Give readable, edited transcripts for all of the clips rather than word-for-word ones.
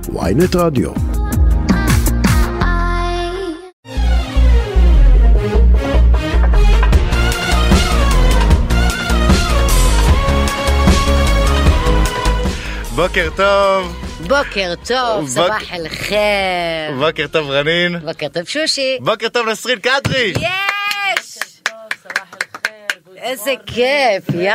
ynet רדיו. בוקר טוב. בוקר טוב, סבח אל חיר. בוקר טוב רנין. בוקר טוב שושי. בוקר טוב נסרין קדרי. יש! איזה כיף, יא.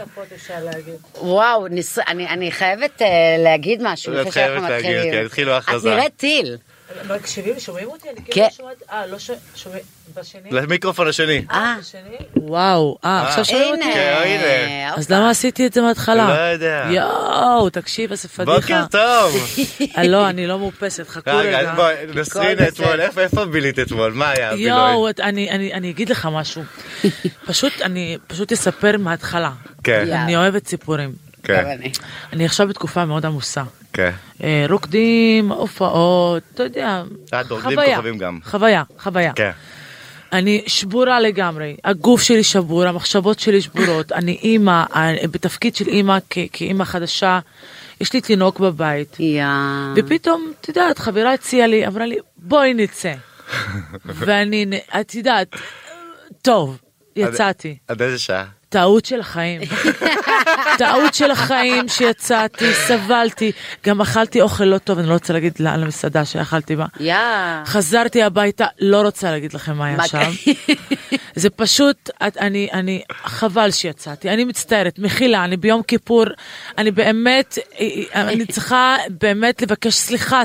וואו, אני חייבת להגיד משהו. את חייבת להגיד, כן, התחילו ההכרזה. את נראית טיל. לא הקשבים, שומעים אותי? אני כאילו שומעת, לא שומעים, בשני? למיקרופון השני. וואו, עכשיו שומעים אותי? הנה. אז למה עשיתי את זה מההתחלה? לא יודע. יואו, תקשיב, איזה פדיחה. בוקר טוב. לא, אני לא מאופסת, חכו רגע. רגע, בואי, נסרין אתמול, איפה בילית אתמול? מה היה הבילוי? יואו, אני אגיד לך משהו. אני פשוט אספר מההתחלה. כן. אני אוהבת סיפורים. כן. אני עכשיו בתקופה מאוד עמוסה. כן. רוקדים, הופעות, אתה יודע, רוקדים כוכבים גם. חוויה. כן. אני שבורה לגמרי, הגוף שלי שבור, המחשבות שלי שבורות, אני אימא, בתפקיד של אימא, כאימא חדשה, יש לי תינוק בבית, ופתאום, את יודעת, חברה הציעה לי, אמרה לי, בואי נצא, ואני, את יודעת, טוב, יצאתי. עד איזה שעה? טעות של החיים. טעות של החיים שיצאתי, סבלתי, גם אכלתי אוכל לא טוב, אני לא רוצה להגיד על המסעדה שאכלתי בה. חזרתי הביתה, לא רוצה להגיד לכם מה היה שם. זה פשוט, אני חבל שיצאתי, אני מצטערת, מחילה, אני ביום כיפור, אני באמת, אני צריכה באמת לבקש סליחה,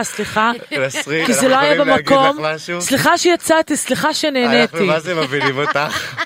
כי זה לא היה במקום. סליחה שיצאתי, סליחה שנהניתי. אנחנו מה זה מבינים אותך?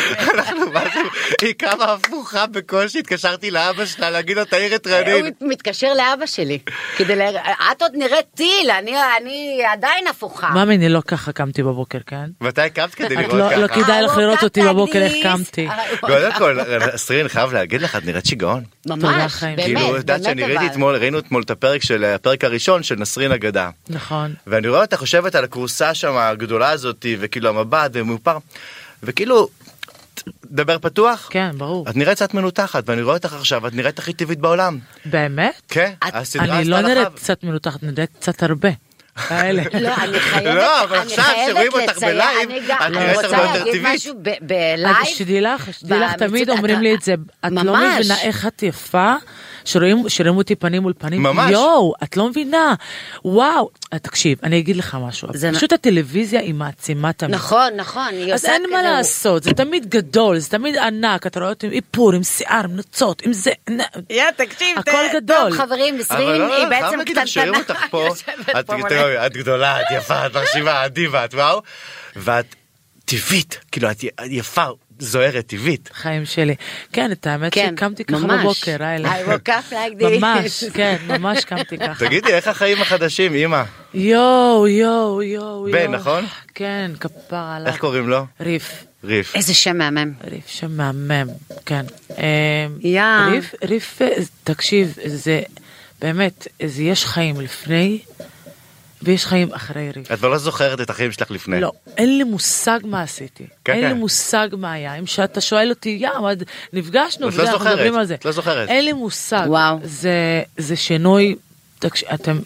היא כמה הפוכה בכל שהתקשרתי לאבא שלה להגיד לו תאיר את רנין. הוא מתקשר לאבא שלי את עוד נראית טיל, אני עדיין הפוכה. מאמי, אני לא ככה קמתי בבוקר, כן? מתי קמת כדי לראות ככה? לא כדאי לך לראות אותי בבוקר איך קמתי. קודם כל, נסרין, חייב להגיד לך, את נראית שיגעון. ממש, באמת. כאילו, יודעת שאני ראינו אתמול את הפרק הראשון של נסרין אגדה. נכון. ואני רואה אותה חושבת על הכורסה שם הגדולה הזאת, וכאילו המבט ומאופר, וכאילו דבר פתוח? כן, ברור. את נראית קצת מנותחת, ואני רואה אותך עכשיו, את נראית הכי טבעית בעולם. באמת? כן. אני לא נראית קצת מנותחת, אני נראית קצת הרבה. לא, אני חייבת לא, אבל עכשיו שרואים אותך בלייב, את נראית הרבה יותר טבעית. בלייב. שתדעי לך, תמיד אומרים לי את זה, את לא מבינה איך את יפה, שרואים אותי פנים מול פנים. ממש. יואו, את לא מבינה. וואו, תקשיב, אני אגיד לך משהו. פשוט הטלוויזיה היא מעצימה תמיד. נכון. אז אין מה לעשות, זה תמיד גדול, זה תמיד ענק, אתה רואה אותי עם איפור, עם שיער, עם נוצות, עם זה. תקשיב. הכל גדול. טוב, חברים, נסרין היא בעצם קטנטנה. את גדולה, את יפה, את מרשימה, את דיבה, את וואו. ואת טבעית, כאילו את יפה, זוהרת טבעית. חיים שלי. כן, את האמת שקמתי ככה בבוקר, I woke up like this. ממש, כן, ממש קמתי ככה. תגידי, איך החיים החדשים, אמא? יואו. בן, נכון? כן, כפר עליו. איך קוראים לו? ריף. איזה שם מהמם. ריף, שם מהמם, כן. יא. ריף, תקשיב, זה באמת, יש חיים לפני, ויש חיים אחרי ריף. את לא זוכרת את החיים שלך לפני. לא, אין לי מושג מה עשיתי. אין לי מושג מה היה. אם שאתה שואל אותי, נפגשנו, אנחנו מדברים על זה. את לא זוכרת. אין לי מושג. וואו. זה שינוי, אתם...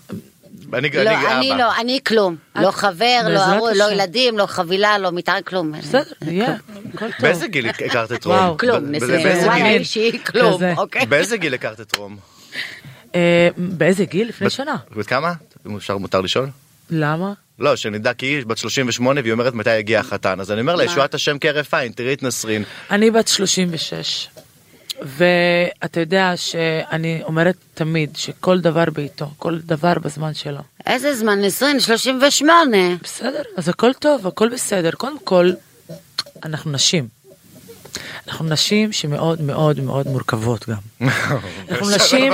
אני כלום. לא חבר, לא ילדים, לא חבילה, לא מטען, כלום. בסדר, הכל טוב. באיזה גיל הכרת את רום? וואו, כלום. כלום, אוקיי. באיזה גיל הכרת את רום? באיזה גיל? לפני שנה. בת כמה? מותר לשאול? למה? לא, שנדע כי היא בת 38 והיא אומרת מתי הגיע החתן. אז אני אומר לה, ישועת השם כהרף עין, תראי את נסרין. אני בת 36. ואתה יודע שאני אומרת תמיד שכל דבר בעיתו, כל דבר בזמן שלו. איזה זמן? נסרין, 38. בסדר, אז הכל טוב, הכל בסדר. קודם כל, אנחנו נשים. אנחנו נשים שמאוד מאוד מאוד מורכבות גם. אנחנו נשים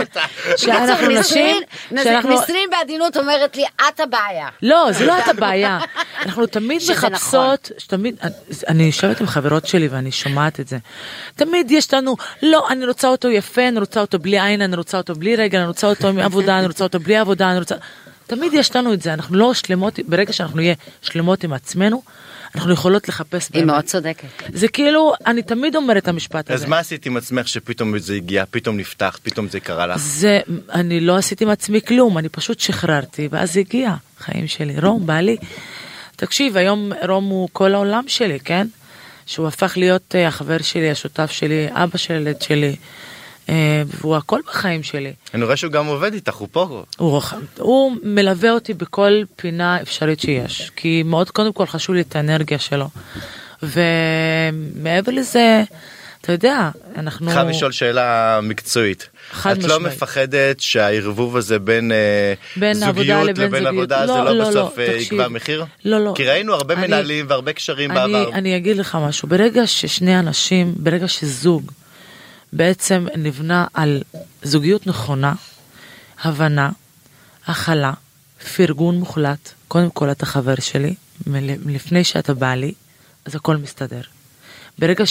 נסרין בעדינות אומרת לי, את הבעיה. לא, זה לא את הבעיה. אנחנו תמיד מחפשות, אני יושבת עם חברות שלי ואני שומעת את זה. תמיד יש לנו, לא, אני רוצה אותו יפה, אני רוצה אותו בלי עין, אני רוצה אותו בלי רגל, אני רוצה אותו עם עבודה, אני רוצה אותו בלי עבודה, תמיד יש לנו את זה. אנחנו לא שלמות, ברגע שאנחנו נהיה שלמות עם עצמנו, אנחנו יכולות לחפש היא מאוד צודקת. זה כאילו, אני תמיד אומרת את המשפט הזה. אז מה עשית עם עצמך שפתאום זה הגיע, פתאום נפתח, פתאום זה קרה לך? אני לא עשיתי עם עצמי כלום, אני פשוט שחררתי, ואז זה הגיע, חיים שלי. רום, בעלי. תקשיב, היום רום הוא כל העולם שלי, כן? שהוא הפך להיות החבר שלי, השותף שלי, אבא של הילד שלי, והוא הכל בחיים שלי. אני רואה שהוא גם עובד איתך, הוא פה. הוא מלווה אותי בכל פינה אפשרית שיש, כי מאוד קודם כל חשוב לי את האנרגיה שלו. ומעבר לזה, אתה יודע, אנחנו... חייב לשאול שאלה מקצועית. את לא מפחדת שהערבוב הזה בין זוגיות לבין עבודה, זה לא בסוף יקבע מחיר? לא. כי ראינו הרבה מנהלים והרבה קשרים בעבר. אני אגיד לך משהו, ברגע ששני אנשים, ברגע שזוג בעצם נבנה על זוגיות נכונה, הבנה, הכלה, פרגון מוחלט, קודם כל אתה חבר שלי, לפני שאתה בא לי, אז הכל מסתדר. ברגע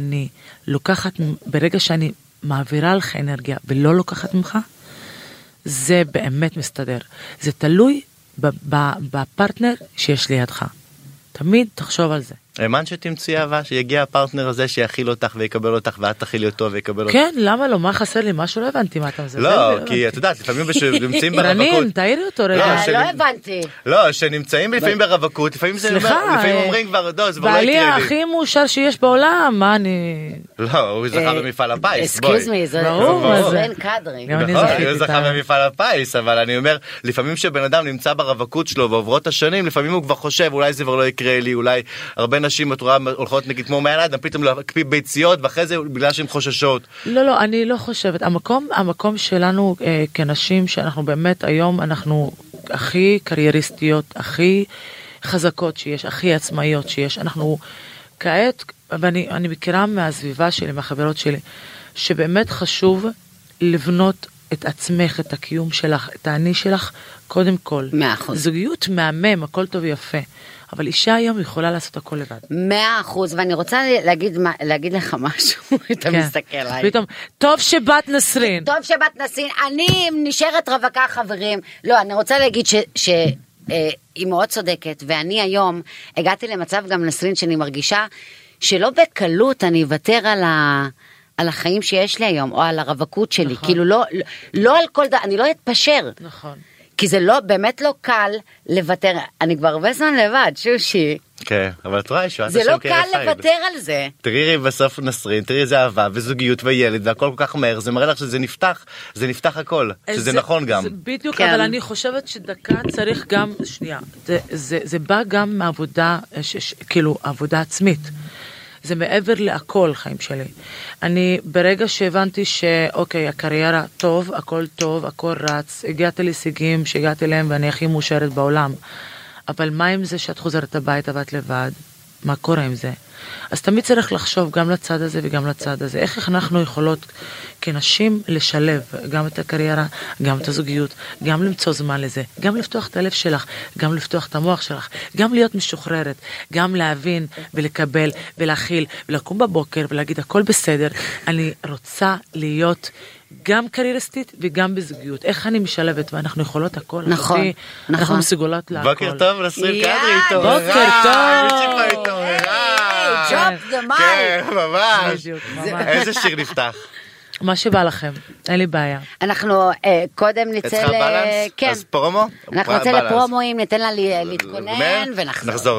שאני מעבירה לך אנרגיה ולא לוקחת ממך, זה באמת מסתדר. זה תלוי בפרטנר שיש לידך. תמיד תחשוב על זה. האמן שתמצאי אהבה, שיגיע הפרטנר הזה שיכיל אותך ויקבל אותך, ואת תכילי אותו ויקבל אותך. כן, למה לא? מה חסר לי? משהו לא הבנתי מה אתה מזלזל. לא, כי את יודעת, לפעמים נמצאים ברווקות. רנין, תאירי אותו רגע. לא הבנתי. לא, שנמצאים לפעמים ברווקות, לפעמים אומרים כבר, זה כבר לא יקרה לי. בעלי הכי מאושר שיש בעולם, מה אני... לא, הוא זכה במפעל הפיס, אסקיוז מי, זה אין קדרי. נכון, הוא זכה במפעל הפיס, אבל אני אומר, לפעמים שבן אדם נמצא ברווקות שלו ועוברות השנים, לפעמים הוא כבר חושב, אולי זה כבר לא יקרה לי, אולי הרבה נשים הולכות נגיד כמו מעל אדם, פתאום להקפיא ביציות, ואחרי זה בגלל שהן חוששות. לא, אני לא חושבת. המקום שלנו כנשים, שאנחנו באמת היום, אנחנו הכי קרייריסטיות, הכי חזקות שיש, הכי עצמאיות שיש. אנחנו כעת, ואני מכירה מהסביבה שלי, מהחברות שלי, שבאמת חשוב לבנות את עצמך, את הקיום שלך, את העני שלך, קודם כל. 100%. זוגיות מהמם, הכל טוב ויפה. אבל אישה היום יכולה לעשות הכל לבד. 100%, ואני רוצה להגיד לך משהו, אתה מסתכל עליי. פתאום, טוב שבת נסרין. טוב שבת נסרין, אני נשארת רווקה חברים. לא, אני רוצה להגיד שהיא מאוד צודקת, ואני היום הגעתי למצב גם נסרין שאני מרגישה שלא בקלות אני אוותר על החיים שיש לי היום, או על הרווקות שלי. נכון. כאילו לא על כל דבר, אני לא אתפשר. נכון. כי זה לא, באמת לא קל לוותר, אני כבר הרבה זמן לבד, שושי. כן, אבל את רואה שהוא זה לא קל לוותר על זה. תראי בסוף נסרין, תראי איזה אהבה וזוגיות וילד והכל כל כך מהר, זה מראה לך שזה נפתח, זה נפתח הכל, שזה נכון גם. בדיוק, אבל אני חושבת שדקה צריך גם, שנייה, זה בא גם מעבודה, כאילו עבודה עצמית. זה מעבר להכל חיים שלי. אני ברגע שהבנתי שאוקיי, הקריירה טוב, הכל טוב, הכל רץ, הגעתי להישגים שהגעתי להם ואני הכי מאושרת בעולם. אבל מה עם זה שאת חוזרת הביתה ואת לבד? מה קורה עם זה? אז תמיד צריך לחשוב גם לצד הזה וגם לצד הזה. איך אנחנו יכולות כנשים לשלב גם את הקריירה, גם את הזוגיות, גם למצוא זמן לזה, גם לפתוח את הלב שלך, גם לפתוח את המוח שלך, גם להיות משוחררת, גם להבין ולקבל ולהכיל ולקום בבוקר ולהגיד הכל בסדר. אני רוצה להיות גם קרייריסטית וגם בזוגיות. איך אני משלבת ואנחנו יכולות הכל. נכון. אנחנו מסוגלות להכל. בוקר טוב, נסרין קדרי איתו. בוקר טוב. מישהי פה ג'וב דה מייק. כן, ממש. איזה שיר נפתח? מה שבא לכם, אין לי בעיה. אנחנו קודם נצא אצלך בלנס? כן. אז פרומו? אנחנו נצא לפרומואים, ניתן לה להתכונן ונחזור. נחזור.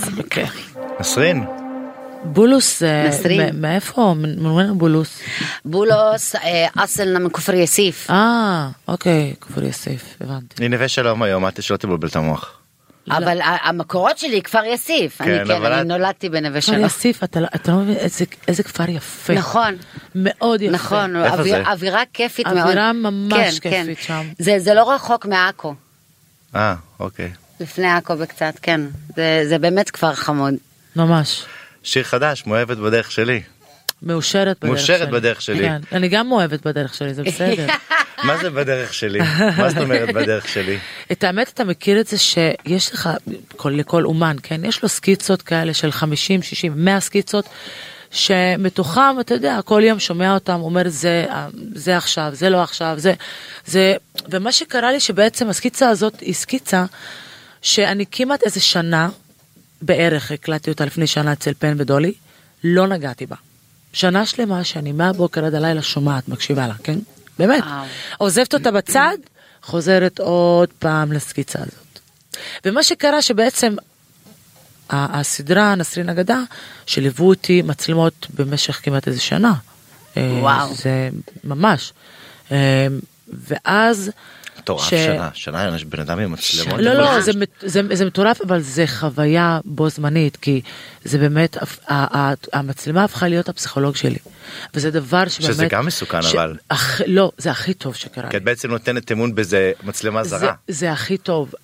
נסרין. בולוס, מאיפה? מנוין בולוס? בולוס, אסלנה מכפר יסיף. אוקיי, כפר יסיף, הבנתי. אני נווה שלום היום, את שלא תבלבל את המוח. אבל המקורות שלי כפר יסיף. אני נולדתי בנווה שלום. כפר יסיף, אתה לא מבין איזה כפר יפה. נכון. מאוד יפה. נכון, אווירה כיפית מאוד. אווירה ממש כיפית שם. זה לא רחוק מעכו. אוקיי. לפני עכו בקצת, כן. זה באמת כפר חמוד. ממש. שיר חדש, מאוהבת בדרך שלי. מאושרת בדרך שלי. מאושרת בדרך שלי. כן, אני גם מאוהבת בדרך שלי, זה בסדר. מה זה בדרך שלי? מה זאת אומרת בדרך שלי? את האמת, אתה מכיר את זה שיש לך, לכל אומן, כן? יש לו סקיצות כאלה של 50, 60, 100 סקיצות, שמתוכם, אתה יודע, כל יום שומע אותם, אומר זה עכשיו, זה לא עכשיו, זה, ומה שקרה לי שבעצם הסקיצה הזאת היא סקיצה, שאני כמעט איזה שנה, בערך הקלטתי אותה לפני שנה אצל פן ודולי, לא נגעתי בה. שנה שלמה שאני מהבוקר עד הלילה שומעת, מקשיבה לה, כן? באמת. עוזבת אותה בצד, חוזרת עוד פעם לסקיצה הזאת. ומה שקרה שבעצם הסדרה נסרין אגדה, שליוו אותי מצלמות במשך כמעט איזה שנה. וואו. זה ממש. ואז... מטורף, שנה, בן אדם עם מצלמות. לא, זה מטורף, אבל זה חוויה בו זמנית, כי זה באמת, המצלמה הפכה להיות הפסיכולוג שלי. וזה דבר שבאמת... שזה גם מסוכן, אבל... לא, זה הכי טוב שקרה. כי את בעצם נותנת אמון בזה מצלמה זרה. זה הכי טוב.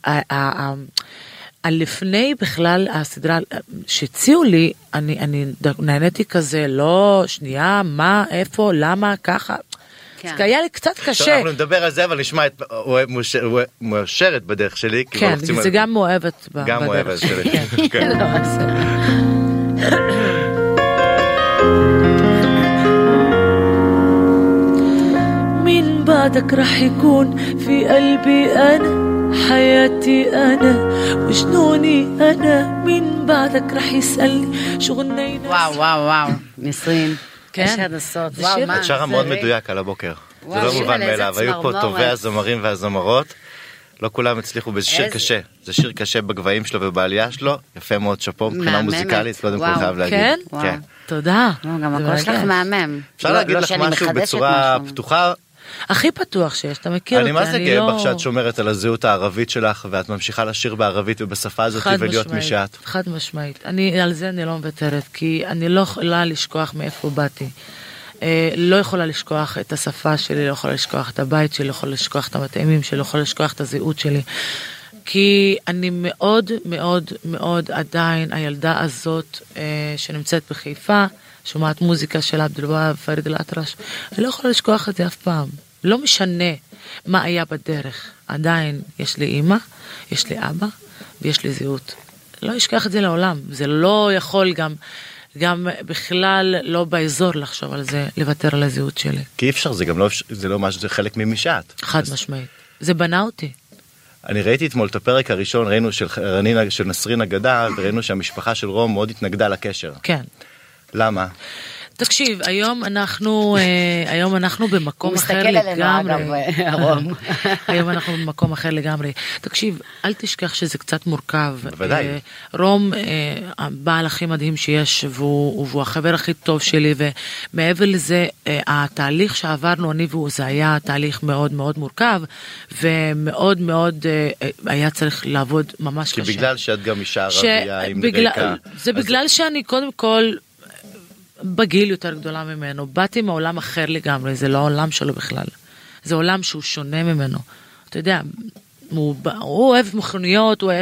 לפני בכלל הסדרה שהציעו לי, אני נהניתי כזה, לא, שנייה, מה, איפה, למה, ככה... זה היה לי קצת קשה. אנחנו נדבר על זה, אבל נשמע את מאושרת בדרך שלי. כן, זה גם מאוהבת בדרך. גם מאוהבת שלי. من بعدك رح يكون في قلبي أنا حياتي أنا وجنوني أنا من بعدك رح يسألني شو غنينا. וואו, נסרין. יש עד הסוד. את שרה מאוד מדויק על הבוקר. זה לא מובן מאליו. היו פה טובי הזמרים והזמרות. לא כולם הצליחו בשיר קשה. זה שיר קשה בגבהים שלו ובעלייה שלו. יפה מאוד, שאפו מבחינה מוזיקלית. קודם כל חייב להגיד. כן? תודה. גם הכל שלך מהמם. אפשר להגיד לך משהו בצורה פתוחה. הכי פתוח שיש, אתה מכיר אותי. אני מה זה גאה בך שאת שומרת על הזהות הערבית שלך, ואת ממשיכה לשיר בערבית ובשפה הזאת ולהיות מי שאת. חד משמעית. על זה אני לא מוותרת, כי אני לא יכולה לשכוח מאיפה באתי. לא יכולה לשכוח את השפה שלי, לא יכולה לשכוח את הבית שלי, לא יכולה לשכוח את המטעמים שלי, לא יכולה לשכוח את הזהות שלי. כי אני מאוד מאוד מאוד עדיין הילדה הזאת שנמצאת בחיפה, שומעת מוזיקה של עבד אל-והאב, פריד אל-אטרש, אני לא יכולה לשכוח את זה אף פעם. לא משנה מה היה בדרך. עדיין יש לי אמא, יש לי אבא, ויש לי זהות. לא אשכח את זה לעולם. זה לא יכול גם בכלל לא באזור לחשוב על זה, לוותר על הזהות שלי. כי אי אפשר, זה גם לא, זה לא משהו, זה חלק ממשעת. חד משמעית. זה בנה אותי. אני ראיתי אתמול את הפרק הראשון, ראינו של נסרין אגדה, וראינו שהמשפחה של רום מאוד התנגדה לקשר. כן. למה? תקשיב, היום אנחנו במקום אחר לגמרי. היום אנחנו במקום אחר לגמרי. תקשיב, אל תשכח שזה קצת מורכב. בוודאי. רום, הבעל הכי מדהים שיש, והוא החבר הכי טוב שלי, ומעבר לזה, התהליך שעברנו, אני והוא, זה היה תהליך מאוד מאוד מורכב, ומאוד מאוד היה צריך לעבוד ממש קשה. כי בגלל שאת גם אישה ערבייה עם רקע. זה בגלל שאני קודם כל... בגיל יותר גדולה ממנו, באתי מעולם אחר לגמרי, זה לא העולם שלו בכלל, זה עולם שהוא שונה ממנו, אתה יודע, הוא אוהב מכוניות, הוא אוהב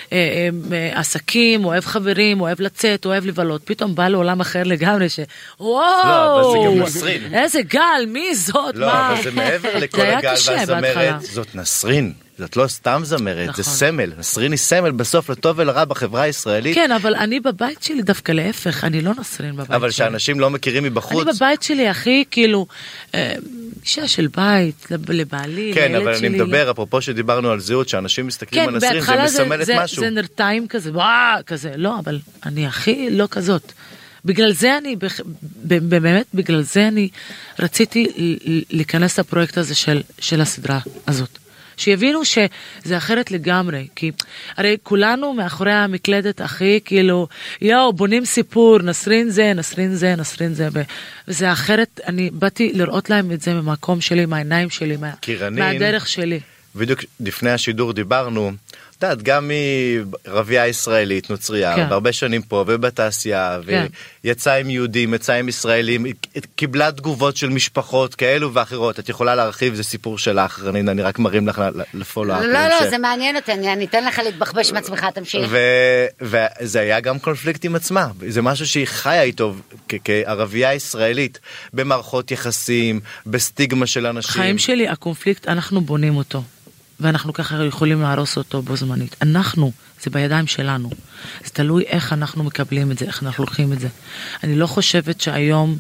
עסקים, הוא אוהב חברים, הוא אוהב לצאת, הוא אוהב לבלות, פתאום בא לעולם אחר לגמרי, לא, אבל זה גם נסרין. איזה גל, מי זאת? לא, אבל זה מעבר לכל הגל והזמרת, זאת נסרין. זאת לא סתם זמרת, זה סמל. נסרין היא סמל בסוף לטוב ולרע בחברה הישראלית. כן, אבל אני בבית שלי דווקא להפך, אני לא נסרין בבית שלי. אבל שאנשים לא מכירים מבחוץ. אני בבית שלי הכי כאילו, אישה של בית, לבעלי, כן, לילד אבל שלי. אני מדבר, אפרופו שדיברנו על זהות, שאנשים מסתכלים על נסרין, זה מסמלת משהו. זה נרתיים כזה, כזה, לא, אבל אני הכי לא כזאת. בגלל זה אני, באמת בגלל זה אני רציתי להיכנס לפרויקט הזה של הסדרה הזאת. שיבינו שזה אחרת לגמרי, כי הרי כולנו מאחורי המקלדת הכי כאילו, בונים סיפור, נסרין זה, נסרין זה, נסרין זה, וזה אחרת, אני באתי לראות להם את זה ממקום שלי, מהעיניים שלי, מהדרך שלי. בדיוק לפני השידור דיברנו, יודעת, גם מרבייה ישראלית, נוצריה, והרבה שנים פה ובתעשייה, ויצאה עם יהודים, יצאה עם ישראלים, קיבלה תגובות של משפחות כאלו ואחרות. את יכולה להרחיב, זה סיפור שלך, אני רק מרים לך לפולו-אפ. לא, זה מעניין אותי, אני אתן לך להתבחבש מעצמך, תמשיך. וזה היה גם קונפליקט עם עצמה, זה משהו שהיא חיה איתו כערבייה ישראלית, במערכות יחסים, בסטיגמה של אנשים. חיים שלי, הקונפליקט, אנחנו בונים אותו. ואנחנו ככה יכולים להרוס אותו בו זמנית. זה בידיים שלנו. זה תלוי איך אנחנו מקבלים את זה, איך אנחנו לוקחים את זה. אני לא חושבת שהיום,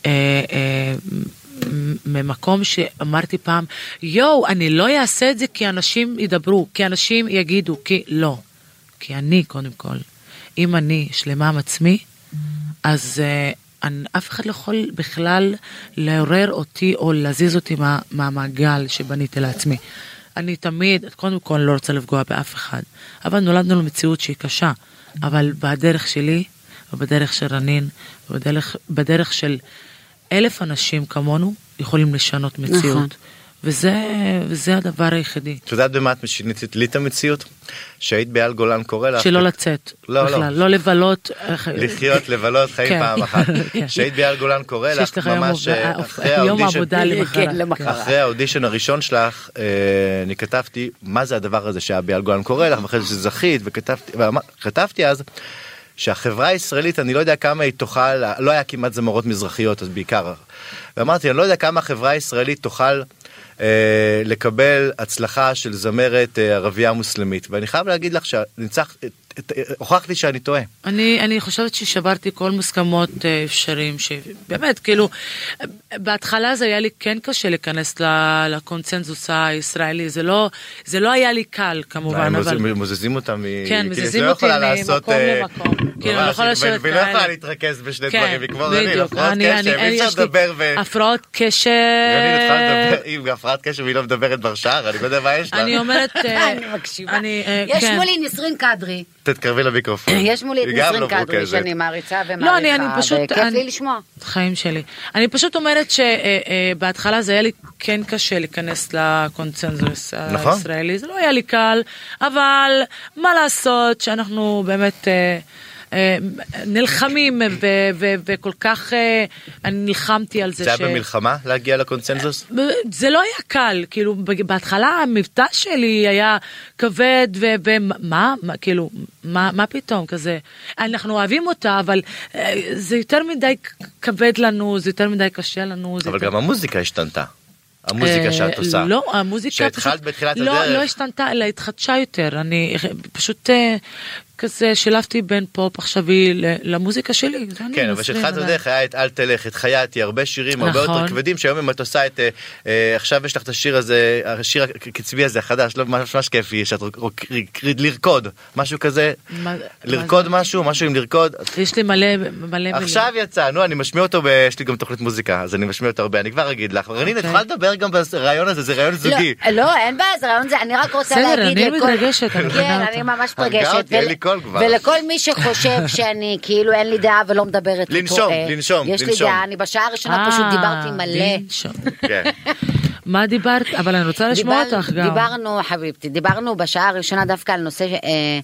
ממקום שאמרתי פעם, אני לא אעשה את זה כי אנשים ידברו, כי אנשים יגידו, כי לא. כי אני קודם כל אם אני שלמה עם עצמי, אז אף אחד לא יכול בכלל לעורר אותי או להזיז אותי מהמעגל שבניתי לעצמי. אני תמיד, קודם כל לא רוצה לפגוע באף אחד, אבל נולדנו למציאות שהיא קשה, אבל בדרך שלי, ובדרך של רנין, ובדרך של 1,000 אנשים כמונו, יכולים לשנות מציאות. וזה הדבר היחידי. את יודעת במה את משינית לי את המציאות? שהיית באייל גולן קורא לך. שלא לצאת. לא לבלות. לחיות, לבלות, חיים פעם אחת. שהיית באייל גולן קורא לך, ממש אחרי האודישן הראשון שלך, אני כתבתי מה זה הדבר הזה שהיה באייל גולן קורא לך, ואחרי זה זכית, וכתבתי אז, שהחברה הישראלית, אני לא יודע כמה היא תוכל, לא היה כמעט זמרות מזרחיות, אז בעיקר. ואמרתי, אני לא יודע כמה החברה הישראלית תוכל לקבל הצלחה של זמרת ערבייה מוסלמית. ואני חייב להגיד לך הוכח לי שאני טועה. אני חושבת ששברתי כל מוסכמות אפשריים, שבאמת, כאילו, בהתחלה זה היה לי כן קשה להיכנס לקונצנזוס הישראלי, זה לא היה לי קל, כמובן, אבל... מוזזים אותם כן, מוזזים אותי ממקום למקום. והיא לא יכולה להתרכז בשני דברים, וכמו הפרעות קשב. אם הפרעת קשב והיא לא מדברת ברשאר, אני לא יודע מה יש לה. אני אומרת... אני מקשיבה. יש מולי נסרין קדרי. תתקרבי למיקרופון. יש מולי את נסרין קדרי שאני מעריצה ומעריכה, וכיף לי לשמוע. חיים שלי. אני פשוט אומרת שבהתחלה זה היה לי כן קשה להיכנס לקונצנזוס הישראלי. זה לא היה לי קל, אבל מה לעשות שאנחנו באמת... נלחמים וכל כך אני נלחמתי על זה. זה היה במלחמה להגיע לקונצנזוס? זה לא היה קל, כאילו בהתחלה המבטא שלי היה כבד ומה, כאילו, מה פתאום כזה, אנחנו אוהבים אותה, אבל זה יותר מדי כבד לנו, זה יותר מדי קשה לנו. אבל גם המוזיקה השתנתה. המוזיקה שאת עושה. לא, המוזיקה פשוט לא השתנתה, אלא התחדשה יותר. אני פשוט כזה שלפתי בין פופ עכשווי למוזיקה שלי. כן, אבל שהתחלת הדרך היה את אל תלך, את חייתי, הרבה שירים, הרבה יותר כבדים, שהיום אם את עושה את, עכשיו יש לך את השיר הזה, השיר הקצבי הזה החדש, לא ממש כיפי, שאת לרקוד, משהו כזה, לרקוד משהו עם לרקוד. יש לי מלא מילים. עכשיו יצא, נו, אני משמיע אותו, יש לי גם תוכנית מוזיקה, אז אני משמיע אותו הרבה, אני כבר אגיד לך. רנין, את יכולה לדבר גם ברעיון הזה, זה רעיון זוגי. לא, אין בעיה, זה רעיון זה, אני רק רוצה להגיד אני ממש מתרגשת, ולכל מי שחושב שאני כאילו אין לי דעה ולא מדברת לנשום. יש לי דעה, אני בשעה הראשונה פשוט דיברתי מלא. מה דיברת? אבל אני רוצה לשמוע אותך גם. דיברנו בשעה הראשונה דווקא על נושא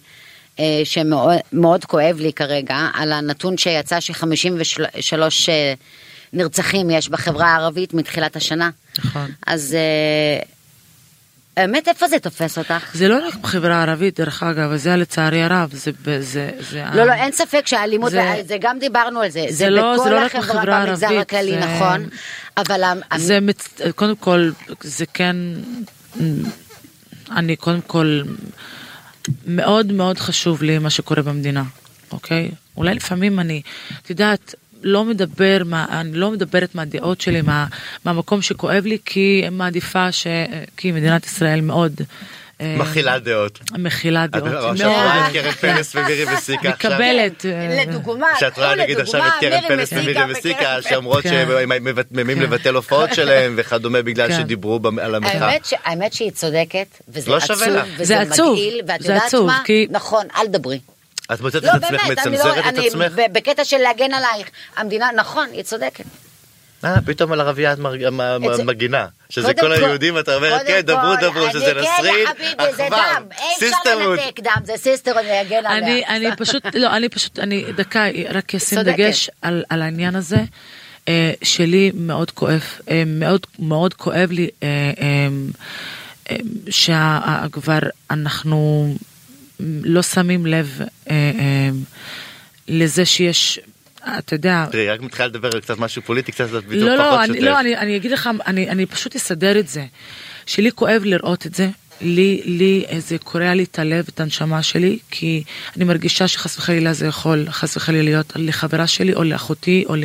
שמאוד כואב לי כרגע, על הנתון שיצא ש53 נרצחים יש בחברה הערבית מתחילת השנה. נכון. אז... האמת, איפה זה תופס אותך? זה לא רק בחברה הערבית, דרך אגב, זה לצערי הרב, לא, אין ספק שהאלימות, זה גם דיברנו על זה, זה בכל החברה במגזר הכללי, נכון, אבל... קודם כל, זה כן, אני קודם כל, מאוד מאוד חשוב לי מה שקורה במדינה, אוקיי? אולי לפעמים אני, את יודעת, אני לא מדברת מהדעות שלי, מהמקום שכואב לי, כי מעדיפה כי מדינת ישראל מאוד... מכילה דעות. מכילה דעות. שאת רואה את קרן פלס ומירי וסיקה. מקבלת. לדוגמה. שאת רואה נגיד עכשיו את קרן פלס ומירי וסיקה, שאומרות שהם מתממים לבטל הופעות שלהם וכדומה בגלל שדיברו על המחאה. האמת שהיא צודקת, וזה עצוב, וזה מגעיל, ואת יודעת מה? נכון, אל דברי. את מוצאת את עצמך מצנזרת את עצמך? בקטע של להגן עלייך, המדינה, נכון, היא צודקת. פתאום על ערבייה את מגינה, שזה כל היהודים, אתה אומרת, כן, דברו, שזה נסרין, אחווה, סיסטרוד. זה סיסטרוד, אני אגן עליה. אני דקה, רק אשים דגש על העניין הזה, שלי מאוד כואב, מאוד כואב לי, שכבר אנחנו... לא שמים לב לזה שיש, אתה יודע... תראי, רק מתחילה לדבר קצת משהו פוליטי, קצת פחות שוטף. לא, אני אגיד לך, אני פשוט אסדר את זה. שלי כואב לראות את זה, זה קורע לי את הלב, את הנשמה שלי, כי אני מרגישה שחס וחלילה זה יכול, חס וחלילה להיות לחברה שלי, או לאחותי, או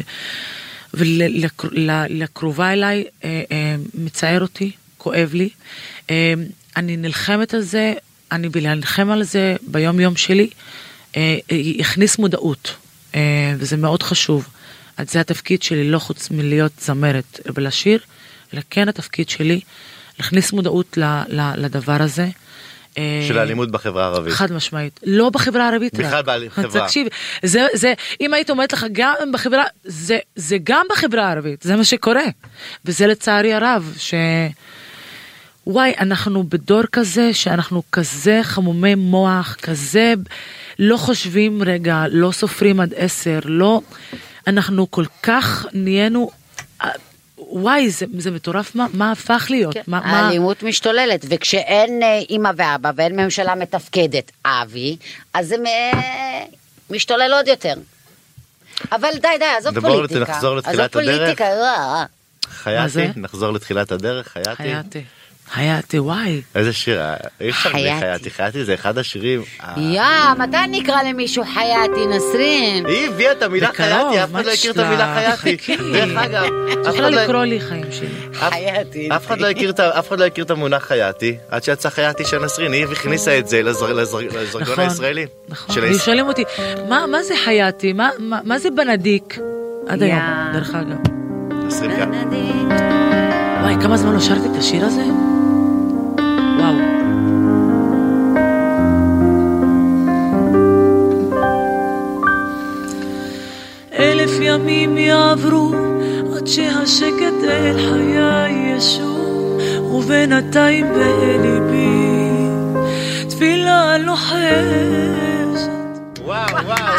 לקרובה אליי, מצער אותי, כואב לי. אני נלחמת על זה, אני בלהלחם על זה ביום יום שלי, יכניס מודעות, וזה מאוד חשוב. אז זה התפקיד שלי, לא חוץ מלהיות זמרת ולשיר, אלא כן התפקיד שלי, להכניס מודעות לדבר הזה. של האלימות בחברה הערבית. חד משמעית. לא בחברה הערבית. בכלל בחברה. תקשיב, אם היית אומרת לך גם בחברה, זה גם בחברה הערבית, זה מה שקורה. וזה לצערי הרב, וואי, אנחנו בדור כזה, שאנחנו כזה חמומי מוח, כזה לא חושבים רגע, לא סופרים עד 10, לא, אנחנו כל כך נהיינו, וואי, זה מטורף, מה הפך להיות? האלימות משתוללת, וכשאין אמא ואבא, ואין ממשלה מתפקדת, אבי, אז זה משתולל עוד יותר. אבל די, עזוב פוליטיקה. נחזור לתחילת הדרך. חייתי, מה נחזור לתחילת הדרך, חייתי, וואי. איזה שיר, אי אפשר בלי חייתי, זה אחד השירים. מתי נקרא למישהו חייתי, נסרין? היא הביאה את המילה חייתי, אף אחד לא הכיר את המילה חייתי. דרך אגב, יכולה לקרוא לי חיים שלי. חייתי. אף אחד לא הכיר את המונח חייתי, עד שיצא חייתי של נסרין, היא הכניסה את זה לזרגון הישראלי. נכון, הם שואלים אותי, מה זה חייתי? מה זה בנדיק? עד היום, דרך אגב. נסרין כאן. וואי, כמה זמן לא שרתי את השיר הזה? וואו. אלף ימים יעברו עד שהשקט אל חיי ישוב, ובינתיים בליבי תפילה לוחשת. וואו.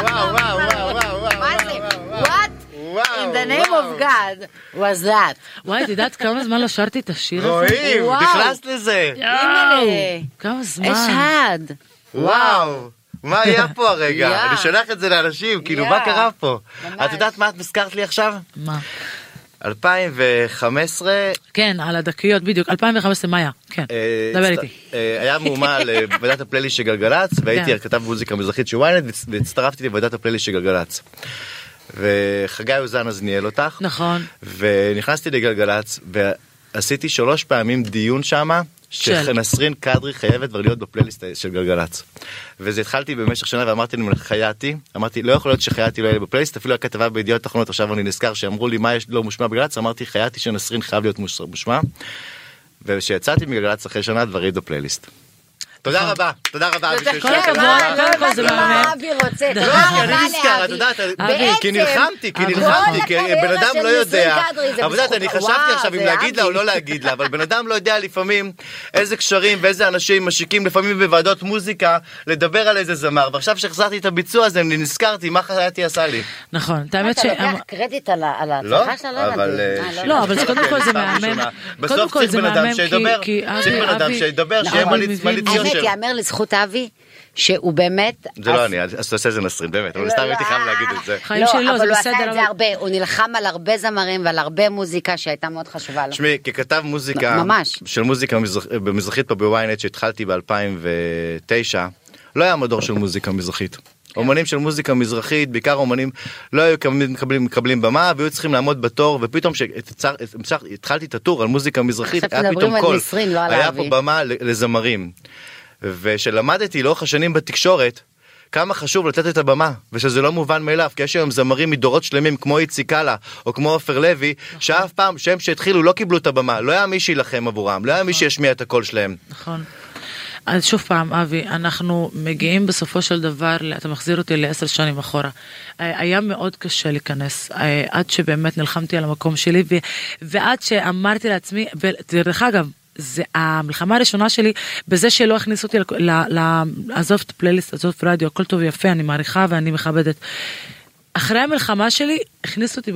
מה זה? What in the name of God was that? וואי, את יודעת כמה זמן לא שרתי את השיר הזה? רואים, נכנסת לזה. כמה זמן. אשהד. וואו. מה היה פה הרגע? אני שולח את זה לאנשים, כאילו מה קרה פה? את יודעת מה את מזכרת לי עכשיו? מה? 2015. כן, על הדקיות, בדיוק. 2015, מה היה? כן, דבר איתי. היה מהומה לוועדת הפלייליסט של גלגלצ, והייתי כתב מוזיקה מזרחית של וויינט, והצטרפתי לוועדת הפלייליסט של גלגלצ. וחגי אוזן אז ניהל אותך. נכון. ונכנסתי לגלגלצ, ועשיתי 3 פעמים דיון שמה, שנסרין קדרי חייבת כבר להיות בפלייליסט של גלגלצ. וזה התחלתי במשך שנה ואמרתי להם חייתי, אמרתי לא יכול להיות שחייתי לא יהיה בפלייליסט, אפילו הכתבה בידיעות אחרונות עכשיו אני נזכר שאמרו לי מה יש לא מושמע בגלגלצ, אמרתי חייתי שנסרין חייב להיות מושמע, וכשיצאתי מגלגלצ אחרי שנה דברים בפלייליסט. תודה רבה, תודה רבה. כל הכבוד, קודם כל זה מאמן. אבי רוצה. לא, אני נזכר, את יודעת, כי נלחמתי, כי בן אדם לא יודע. אבל יודעת, אני חשבתי עכשיו אם להגיד לה או לא להגיד לה, אבל בן אדם לא יודע לפעמים איזה קשרים ואיזה אנשים משיקים לפעמים בוועדות מוזיקה לדבר על איזה זמר, ועכשיו שהחזרתי את הביצוע הזה, אני נזכרתי מה חייתי עשה לי. נכון, האמת אתה לוקח קרדיט על ההצלחה שלה? לא, אבל קודם כל זה מאמן. בסוף צריך בן אדם שידבר, צריך בן אדם שידבר, שיהיה מליץ יאמר לזכות אבי שהוא באמת זה לא אני, אז תעשה זה נסרין באמת, אבל סתם הייתי חייב להגיד את זה. חיים שלי לא, זה בסדר. אבל הוא עשה את זה הרבה, הוא נלחם על הרבה זמרים ועל הרבה מוזיקה שהייתה מאוד חשובה לו. שמי, ככתב מוזיקה של מוזיקה במזרחית פה בוויינט שהתחלתי ב-2009, לא היה מדור של מוזיקה מזרחית. אומנים של מוזיקה מזרחית, בעיקר אומנים לא היו מקבלים במה, והיו צריכים לעמוד בתור, ופתאום שהתחלתי את הטור על מוזיקה מזרחית, היה פתאום קול, היה פה במה לזמרים. ושלמדתי לאורך השנים בתקשורת, כמה חשוב לתת את הבמה, ושזה לא מובן מאליו, כי יש היום זמרים מדורות שלמים, כמו איציק קאלה, או כמו עופר לוי, שאף פעם, שהם שהתחילו לא קיבלו את הבמה, לא היה מי שילחם עבורם, לא היה מי שישמיע את הקול שלהם. נכון. אז שוב פעם, אבי, אנחנו מגיעים בסופו של דבר, אתה מחזיר אותי ל10 שנים אחורה. היה מאוד קשה להיכנס, עד שבאמת נלחמתי על המקום שלי, ועד שאמרתי לעצמי, ודרך אגב, זה המלחמה הראשונה שלי, בזה שלא הכניסו אותי לעזוב את פלייליסט, עזוב רדיו, הכל טוב ויפה, אני מעריכה ואני מכבדת. אחרי המלחמה שלי, הכניסו אותי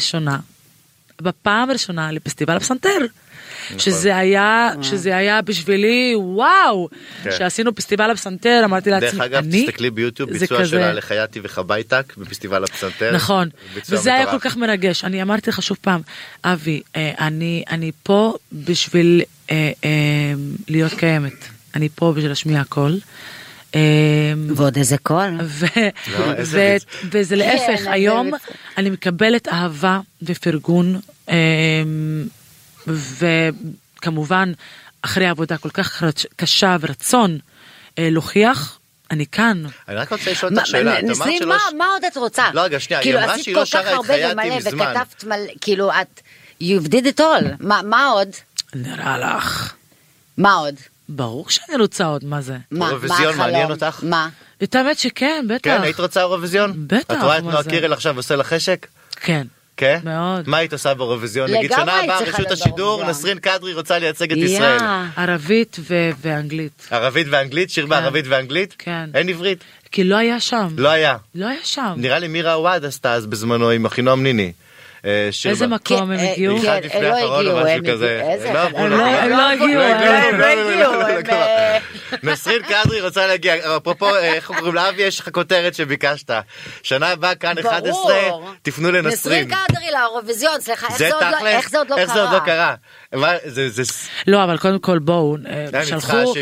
בפעם הראשונה לפסטיבל הפסנתר. שזה היה בשבילי, וואו, שעשינו פסטיבל הפסנתר, אמרתי לעצמי, דרך אגב, תסתכלי ביוטיוב, ביצוע שלה לחייתי וחבייטק בפסטיבל הפסנתר. נכון, וזה היה כל כך מרגש. אני אמרתי לך שוב פעם, אבי, אני פה בשביל להיות קיימת. אני פה בשביל להשמיע הכל. ועוד איזה קול. וזה להפך, היום אני מקבלת אהבה ופרגון, וכמובן אחרי עבודה כל כך קשה ורצון להוכיח, אני כאן. אני רק רוצה לשאול אותך שאלה. נסרין, מה עוד את רוצה? לא, רגע, שנייה, היא אמרה שהיא לא שרה את חייתי מזמן. וכתבת מלא, כאילו, you've did it all. מה עוד? נראה לך. מה עוד? ברור שאני רוצה עוד, מה זה? אירוויזיון מעניין אותך? מה? את האמת שכן, בטח. כן, היית רוצה אירוויזיון? בטח. את רואה את נועה קירל עכשיו עושה לה חשק? כן. כן? מאוד. מה היית עושה באירוויזיון? נגיד שנה הבאה רשות השידור, נסרין קדרי רוצה לייצג את ישראל. ערבית ואנגלית. ערבית ואנגלית? שיר בערבית ואנגלית? כן. אין עברית? כי לא היה שם. לא היה. לא היה שם. נראה לי מירה עוואד עשתה אז בזמנו עם אחינועם ניני. איזה מקום הם הגיעו? אחד לפני האחרון או משהו כזה. הם לא הגיעו. נסרין קדרי רוצה להגיע, אפרופו, איך קוראים לה, אבי, יש לך כותרת שביקשת. שנה הבאה כאן 11, תפנו לנסרין. נסרין קדרי לאירוויזיון, סליחה, איך זה עוד לא קרה? איך זה עוד לא קרה? לא, אבל קודם כל בואו, שלחו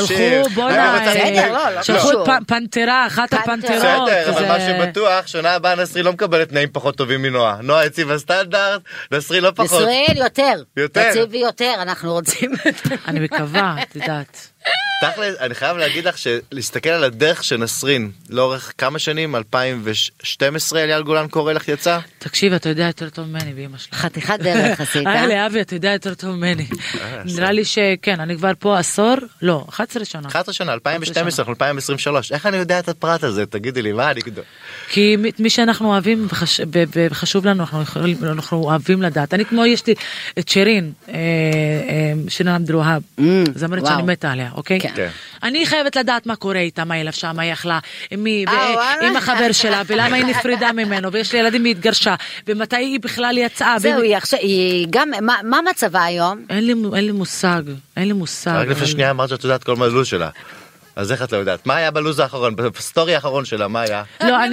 פנתרה, אחת הפנתרות. בסדר, אבל מה שבטוח, שנה הבאה נסרין לא מקבלת תנאים פחות טובים מנועה. נועה הציבה סטנדרט, נסרין לא פחות. נסרין יותר. תציבי יותר, אנחנו רוצים. אני מקווה, את יודעת. תכל'ס, אני חייב להגיד לך שלהסתכל על הדרך שנסרין לאורך כמה שנים, 2012 אליאל גולן קורא לך יצא? תקשיב, אתה יודע יותר טוב ממני באמא שלי. חתיכת דרך עשית. לאבי, אתה יודע יותר טוב ממני. נראה לי שכן, אני כבר פה עשור, לא, 11 שנה. 11 שנה, 2012, 2023. איך אני יודע את הפרט הזה? תגידי לי, מה אני יודע? כי מי שאנחנו אוהבים וחשוב לנו, אנחנו אוהבים לדעת. אני כמו, יש לי את שירין, שירין עבד-אלוהאב. זאת אומרת שאני מתה עליה, אוקיי? אני חייבת לדעת מה קורה איתה, מה היא לבשה, מה היא אכלה, עם החבר שלה, ולמה היא נפרידה ממנו, ויש לי ילדים היא התגרשה, ומתי היא בכלל יצאה. זהו, היא גם, מה מצבה היום? אין לי מושג. רק לפני שנייה אמרת שאת יודעת כל מה לוז שלה. אז איך את לא יודעת? מה היה בלוז האחרון? בסטורי האחרון שלה, מה היה? לא,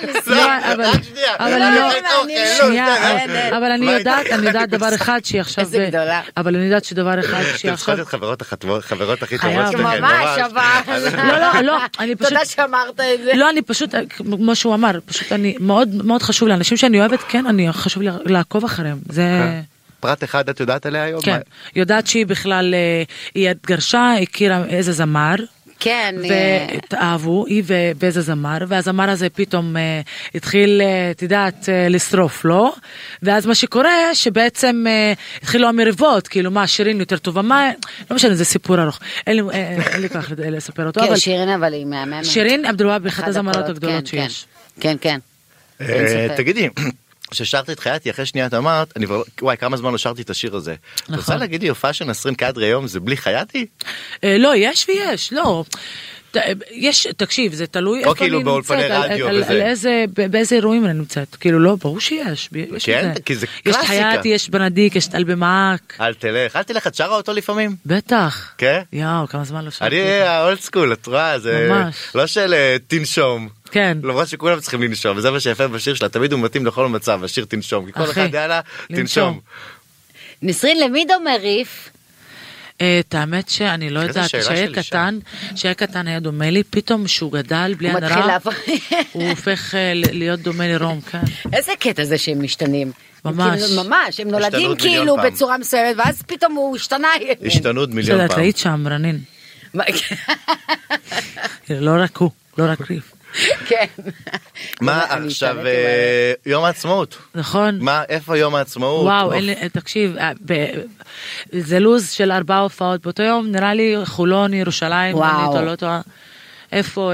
אבל אני יודעת דבר אחד שהיא עכשיו... איזה גדולה. אבל אני יודעת שדבר אחד שהיא עכשיו... אתם צריכות את חברות הכי טובות שלכם. ממש, אבל... לא, אני פשוט... תודה שאמרת את זה. לא, אני פשוט, כמו שהוא אמר, פשוט אני, מאוד חשוב לאנשים שאני אוהבת, כן, חשוב לי לעקוב אחריהם. זה... פרט אחד את יודעת עליה היום? כן, יודעת שהיא בכלל, היא התגרשה, הכירה איזה זמר. כן. והתאהבו, היא ואיזה זמר, והזמר הזה פתאום התחיל, תדעת, לשרוף לו, ואז מה שקורה, שבעצם התחילו המריבות, כאילו מה, שירין יותר טובה, מה, לא משנה, זה סיפור ארוך, אין לי כך לספר אותו. כן, שירין אבל היא מהממת. שירין עבד-אלוהאב באחת הזמרות הגדולות שיש. כן. תגידי, ששרתי את חייתי, אחרי שנייה את אמרת, וואי, כמה זמן לא שרתי את השיר הזה. נכון. רוצה להגיד לי, הופעה של נסרין קדרי היום, זה בלי חייתי? לא, יש ויש, לא. יש, תקשיב, זה תלוי איפה אני נמצאת. או כאילו באולפני רדיו וזה. באיזה אירועים אני נמצאת. כאילו, לא, ברור שיש. כן, כי זה קלאסיקה. יש חייתי, יש בנדיק, יש אלבמק. אל תלך, את שרה אותו לפעמים? בטח. כן? יאו, כמה זמן לא שרתי. אני האולד סקול, את רואה, זה לא של תנשום. כן. למרות שכולם צריכים לנשום, וזה מה שיפה בשיר שלה, תמיד הוא מתאים לכל מצב, השיר תנשום, כי כל אחד יאללה, תנשום. נסרין, למי דומה ריף? את האמת שאני לא יודעת, שהיה קטן היה דומה לי, פתאום שהוא גדל בלי הנרה, הוא הופך להיות דומה לרום, כן. איזה קטע זה שהם משתנים? ממש. הם נולדים כאילו בצורה מסוימת, ואז פתאום הוא השתנה. השתנות מיליון פעם. היית שם, רנין. לא רק הוא, לא רק ריף. כן. מה עכשיו, יום העצמאות. נכון. מה, איפה יום העצמאות? וואו, תקשיב, זה לוז של 4 הופעות באותו יום, נראה לי חולון, ירושלים, אני לא טועה. איפה,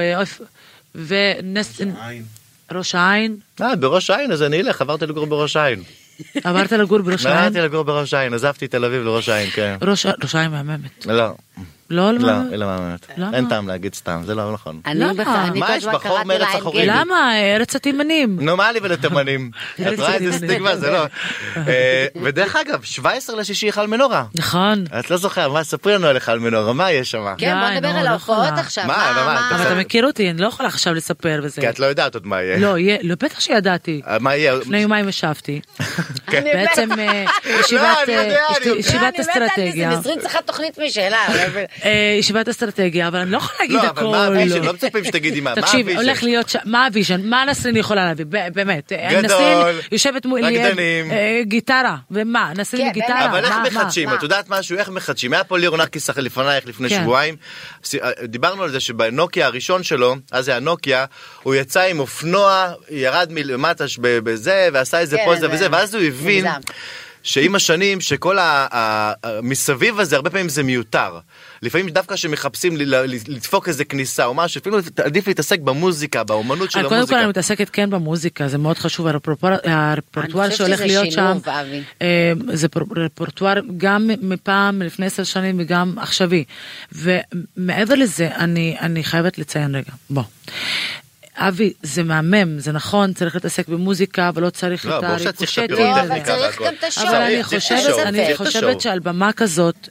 ראש העין. בראש העין, אז אני אלך, עברתי לגור בראש העין. עברת לגור בראש העין? עברתי לגור בראש העין, עזבתי תל אביב לראש העין, כן. ראש העין מהממת. לא. לא מהממת. אין טעם להגיד סתם, זה לא נכון. מה יש בחור מארץ החורים? למה? ארץ התימנים. נו, מה לי ולתימנים? את רואה איזה סטיגמה, זה לא. ודרך אגב, 17 לשישי היכל מנורה. נכון. את לא זוכר, מה, ספרי לנו על היכל מנורה, מה יש שם? כן, בוא נדבר על ההופעות עכשיו. אבל אתה מכיר אותי, אני לא יכולה עכשיו לספר וזה. כי את לא יודעת עוד מה יהיה. לא, בטח שידעתי. מה יהיה? לפני יומיים ישבתי. בעצם ישיבת אסטרטגיה. נסרין צריכה תוכנית משלה. ישיבת אסטרטגיה, אבל אני לא יכולה להגיד הכל. לא, אבל מה הוויז'ן? לא מצפים שתגידי מה הוויז'ן. תקשיב, הולך להיות, מה הוויז'ן? מה נסרין יכולה להביא? באמת. גדול, יושבת מול גיטרה, ומה? נסרין גיטרה. אבל איך מחדשים? את יודעת משהו? איך מחדשים? היה פה ליאור נרקיס לפנייך לפני שבועיים. דיברנו על זה שבנוקיה הראשון שלו, אז זה הנוקיה, הוא יצא עם אופנוע, ירד מלמטה בזה, ועשה איזה פוזה וזה, ואז הוא הבין שעם השנים שכל המסביב הזה הרבה פעמים זה מיותר. לפעמים דווקא שמחפשים לדפוק איזה כניסה או משהו, אפילו עדיף להתעסק במוזיקה, באומנות של המוזיקה. קודם כל אני מתעסקת כן במוזיקה, זה מאוד חשוב, הרפרטואר שהולך להיות שם, זה רפרטואר גם מפעם, לפני 10 שנים וגם עכשווי. ומעבר לזה, אני חייבת לציין רגע, בוא. אבי, זה מהמם, זה נכון, צריך להתעסק במוזיקה, אבל לא צריך את הריקושטים. לא, אבל צריך גם את השואו. אבל אני חושבת שעל במה כזאת,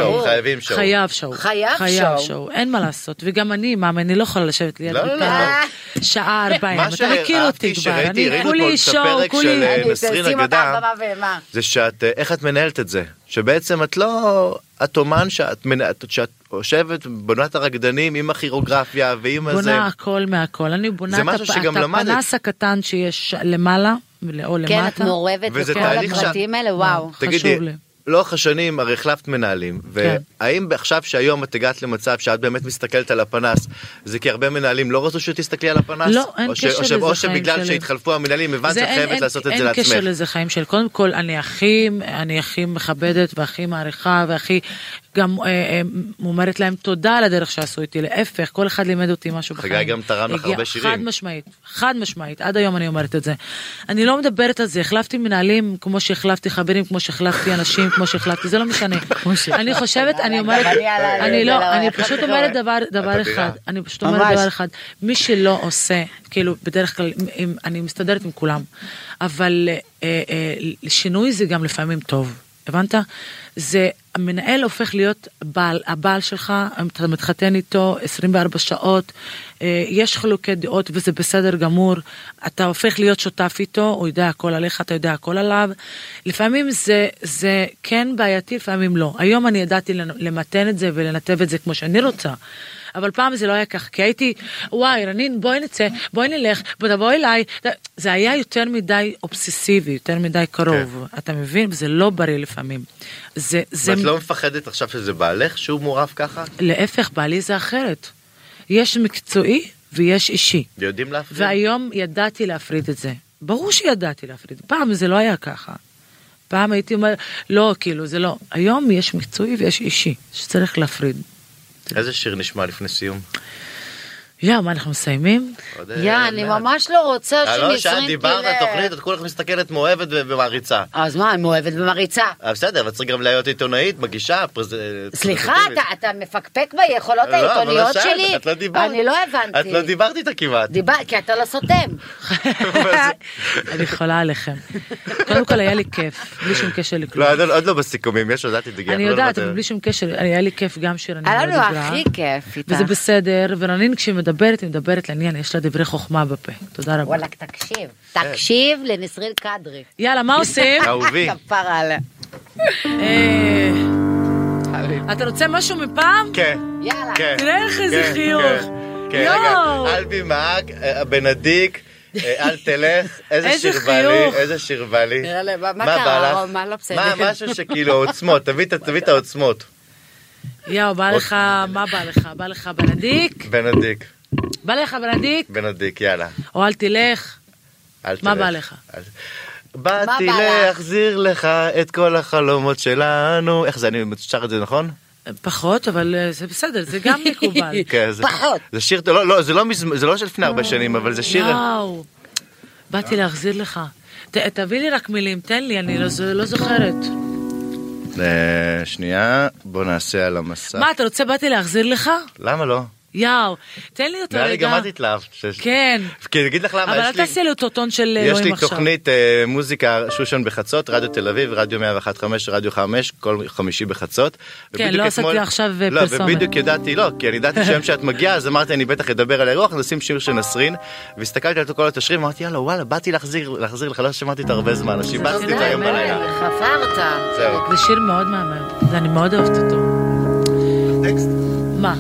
חייב שואו, אין מה לעשות. וגם אני, מאמי, אני לא יכולה לשבת ליד גיטרה, שעה 40, אתה מכיר אותי כבר, אני כולי שואו, כולי. נסרין אגדה, זה איך את מנהלת את זה? שבעצם את לא, את אומן שאת יושבת, בונה את הרקדנים עם הכירוגרפיה ועם הזה. בונה הכל מהכל. אני בונה את הפנס הקטן שיש למעלה או למטה. כן, את מעורבת בכל הפרטים האלה, וואו. חשוב לי. לאורך השנים הרי החלפת מנהלים, והאם עכשיו שהיום את הגעת למצב שאת באמת מסתכלת על הפנס, זה כי הרבה מנהלים לא רצו שתסתכלי על הפנס? לא, אין קשר לזה חיים שלי. או שבגלל שהתחלפו המנהלים, הבנת שאת חייבת לעשות את זה לעצמך? אין קשר לזה חיים שלי. קודם כל, אני הכי מכבדת והכי מעריכה, והכי גם אומרת להם תודה על הדרך שעשו איתי, להפך, כל אחד לימד אותי משהו בחיים. חגי גם תרם לך הרבה שירים. חד משמעית, עד היום אני אומרת את זה. אני לא מדברת על זה, החלפתי מנהלים כמו שהחלפתי חברים, כמו שהחלפתי אנשים, כמו שהחלפתי, זה לא משנה. אני חושבת, אני פשוט אומרת דבר אחד, מי שלא עושה, כאילו בדרך כלל, אני מסתדרת עם כולם, אבל שינוי זה גם לפעמים טוב. הבנת? זה, המנהל הופך להיות הבעל שלך, אתה מתחתן איתו 24 שעות, יש חלוקי דעות וזה בסדר גמור, אתה הופך להיות שותף איתו, הוא יודע הכל עליך, אתה יודע הכל עליו, לפעמים זה כן בעייתי, לפעמים לא. היום אני ידעתי למתן את זה ולנתב את זה כמו שאני רוצה. אבל פעם זה לא היה כך, כי הייתי, וואי, רנין, בואי נצא, בואי נלך, בואי אליי. זה היה יותר מדי אובססיבי, יותר מדי קרוב. אתה מבין? זה לא בריא לפעמים. ואת לא מפחדת עכשיו שזה בעלך, שהוא מורף ככה? להפך, בעלי זה אחרת. יש מקצועי ויש אישי. יודעים להפריד? והיום ידעתי להפריד את זה. ברור שידעתי להפריד. פעם זה לא היה ככה. פעם הייתי אומר, לא, כאילו, זה לא. היום יש מקצועי ויש אישי, שצריך להפריד. איזה שיר נשמע לפני סיום? מה אנחנו מסיימים? אני ממש לא רוצה שנסרין תלך. שאת דיברת התוכנית, את כולך מסתכלת מאוהבת ומעריצה. אז מה, מאוהבת ומעריצה? בסדר, אבל צריך גם להיות עיתונאית, מגישה. סליחה, אתה מפקפק ביכולות העיתוניות שלי? את לא דיברת. אני לא הבנתי. את לא דיברת איתה כמעט. כי אתה לא סותם. אני יכולה עליכם. קודם כל היה לי כיף, בלי שום קשר לכלום. לא, עוד לא בסיכומים, יש הודעתי דגיע. אני יודעת, אבל בלי שום קשר, היה לי כיף גם שרנין לא דיברה. היה לנו הכי כיף איתך. וזה בסדר, ורנין כשהיא מדברת לעניין, יש לה דברי חוכמה בפה. תודה רבה. וואלה, תקשיב לנסריל קדרי. יאללה, מה עושים? אהובי. כפרה עליה. אתה רוצה משהו מפעם? כן. יאללה. תראה איך איזה חיוך. כן, רגע, אלבי מאג, בנדיק, אל תלך, איזה שיר בא לי. מה קרה? מה לא בסדר? משהו שכאילו עוצמות, תביא את העוצמות. בא לך, מה בא לך? בא לך בנדיק? בנדיק. בא לך בנדיק? בנדיק, יאללה. או אל תלך? מה בא לך? באתי להחזיר לך את כל החלומות שלנו. איך זה, אני שר את זה נכון? פחות, אבל זה בסדר, זה גם מקובל. פחות. זה שיר, זה לא של לפני 4 שנים, אבל זה שיר... וואו, באתי להחזיר לך. תביא לי רק מילים, תן לי, אני לא זוכרת. שנייה, בוא נעשה על המסע. מה, אתה רוצה באתי להחזיר לך? למה לא? תן לי אותו רגע. רגע. גם את התלהב. כן. כי אני אגיד לך למה, אבל אל תעשה לי אותו טון של אלוהים עכשיו. יש לי תוכנית מוזיקה שושן בחצות, רדיו תל אביב, רדיו 101.5, רדיו 5, כל חמישי בחצות. כן, לא עשיתי עכשיו פרסומת. לא, ובדיוק ידעתי, לא, כי אני ידעתי שהיום שאת מגיעה, אז אמרתי, אני בטח אדבר על האירוח, נשים שיר של נסרין, והסתכלתי על כל התשרים, אמרתי, יאללה, וואלה, באתי להחזיר לך, לא שמעתי את הרבה זמן, שיבצתי את היום בלילה. חפרת. זה שיר מאוד מהמם, ואני מאוד אוהבת אותו. טקסט? מה?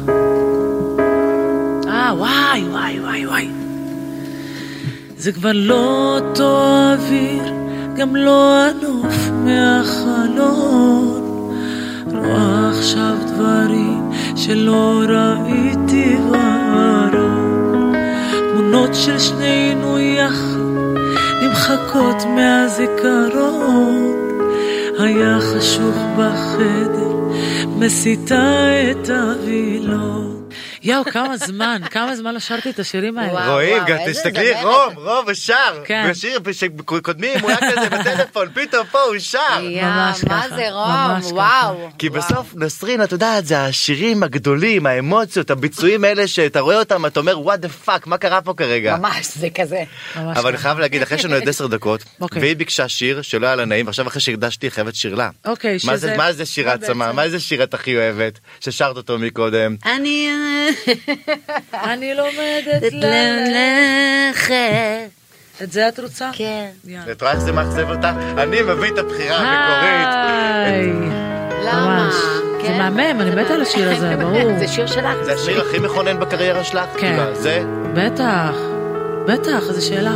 וואי, וואי, וואי, וואי. זה כבר לא אותו אוויר, גם לא הנוף מהחלון. רואה עכשיו דברים שלא ראיתי בארון. תמונות של שנינו יחד נמחקות מהזיכרון. היה חשוך בחדר, מסיתה את הווילון. יאו, כמה זמן לא שרתי את השירים האלה. רואים, גם תסתכלי, רוב ושר. בשיר שקודמים, הוא היה כזה בטלפון, פתאום פה הוא שר. ממש ככה. מה זה רום, וואו. כי בסוף נסרין, אתה יודעת, זה השירים הגדולים, האמוציות, הביצועים האלה שאתה רואה אותם, אתה אומר, what the fuck, מה קרה פה כרגע? ממש, זה כזה. אבל אני חייב להגיד, אחרי לנו 10 דקות, והיא ביקשה שיר שלא היה לה נעים, ועכשיו אחרי שהקדשתי, חייבת שיר לה. מה זה שיר העצמה? מה זה שיר את הכי אוהבת? ששרת אותו מקודם. אני לומדת ללכת. את זה את רוצה? כן. את רואה איך זה מאכזב אותה? אני מביא את הבחירה המקורית. למה? זה מהמם, אני מתה על השיר הזה, ברור. זה שיר שלך. זה השיר הכי מכונן בקריירה שלך? כן. זה? בטח, איזו שאלה.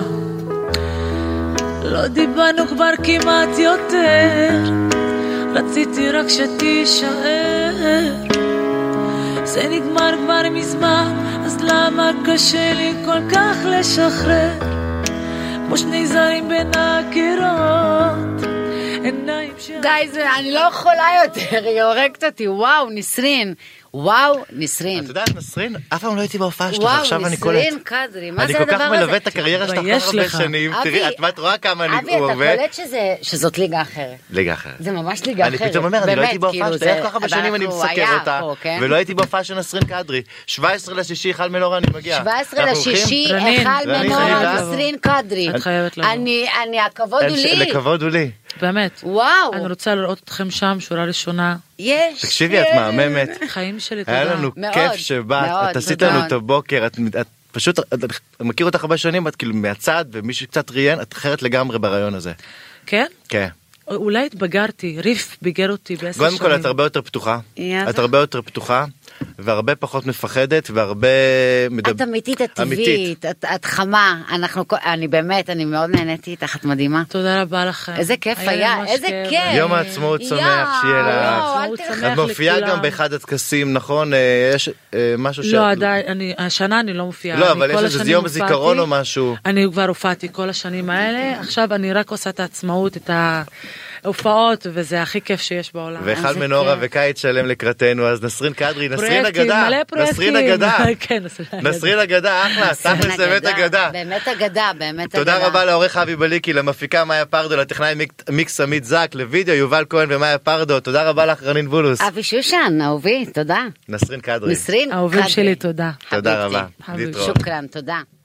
לא דיברנו כבר כמעט יותר, רציתי רק שתישאר. זה נגמר כבר מזמן, אז למה קשה לי כל כך לשחרר? כמו שני זרים בין הקירות, עיניים די, אני לא יכולה יותר, היא הורגת אותי. וואו, נסרין. את יודעת, נסרין, אף פעם לא הייתי בהופעה שלך, עכשיו אני קולט. וואו, נסרין קדרי, מה זה הדבר הזה? אני כל כך מלווה את הקריירה שלך כבר הרבה שנים. תראי, את רואה כמה אני עובד. אבי, אתה קולט שזאת ליגה אחרת. ליגה אחרת. זה ממש ליגה אחרת. אני פתאום אומר, אני לא הייתי בהופעה שלך, כל כך הרבה שנים אני מסקר אותה, ולא הייתי בהופעה של נסרין קדרי. 17 לשישי, היכל מנורה, אני מגיע. 17 לשישי, היכל מנורה, נסרין קדרי. את חייבת לבוא. הכבוד הוא לי. לכבוד הוא לי. באמת. וואו. אני רוצה לראות אתכם שם, שורה ראשונה. תקשיבי, את מהממת. חיים שלי, תודה. היה לנו כיף שבאת, את עשית לנו את הבוקר, את פשוט, אני מכיר אותך הרבה שנים, את כאילו מהצד, ומישהו קצת ראיין, את אחרת לגמרי ברעיון הזה. כן? כן. אולי התבגרתי, ריף ביגר אותי ב10 שנים. קודם כל, את הרבה יותר פתוחה. את הרבה יותר פתוחה. והרבה פחות מפחדת, והרבה את אמיתית, את טבעית, את חמה. אני באמת, אני מאוד נהניתי איתך, את מדהימה. תודה רבה לכם. איזה כיף היה, איזה כיף. יום העצמאות שמח, שיהיה לך. את מופיעה גם באחד הטקסים, נכון? יש משהו לא, עדיין, השנה אני לא מופיעה. לא, אבל יש איזה יום זיכרון או משהו. אני כבר הופעתי כל השנים האלה, עכשיו אני רק עושה את העצמאות, את ההופעות, וזה הכי כיף שיש בעולם. והיכל מנורה וקיץ שלם לקראתנו, אז נסרין קדרי, נסרין אגדה, נסרין אגדה, נסרין אגדה, אחלה, תכלס באמת אגדה. באמת אגדה, באמת אגדה. תודה רבה לעורך אבי בליקי, למפיקה מאיה פרדו, לטכנאי מיקס עמית זק, לוידאו יובל כהן ומאיה פרדו, תודה רבה לך רנין בולוס. אבי שושן, אהובי, תודה. נסרין קדרי. נסרין קדרי. אהובים שלי, תודה. תודה רבה. שוקרן, תודה.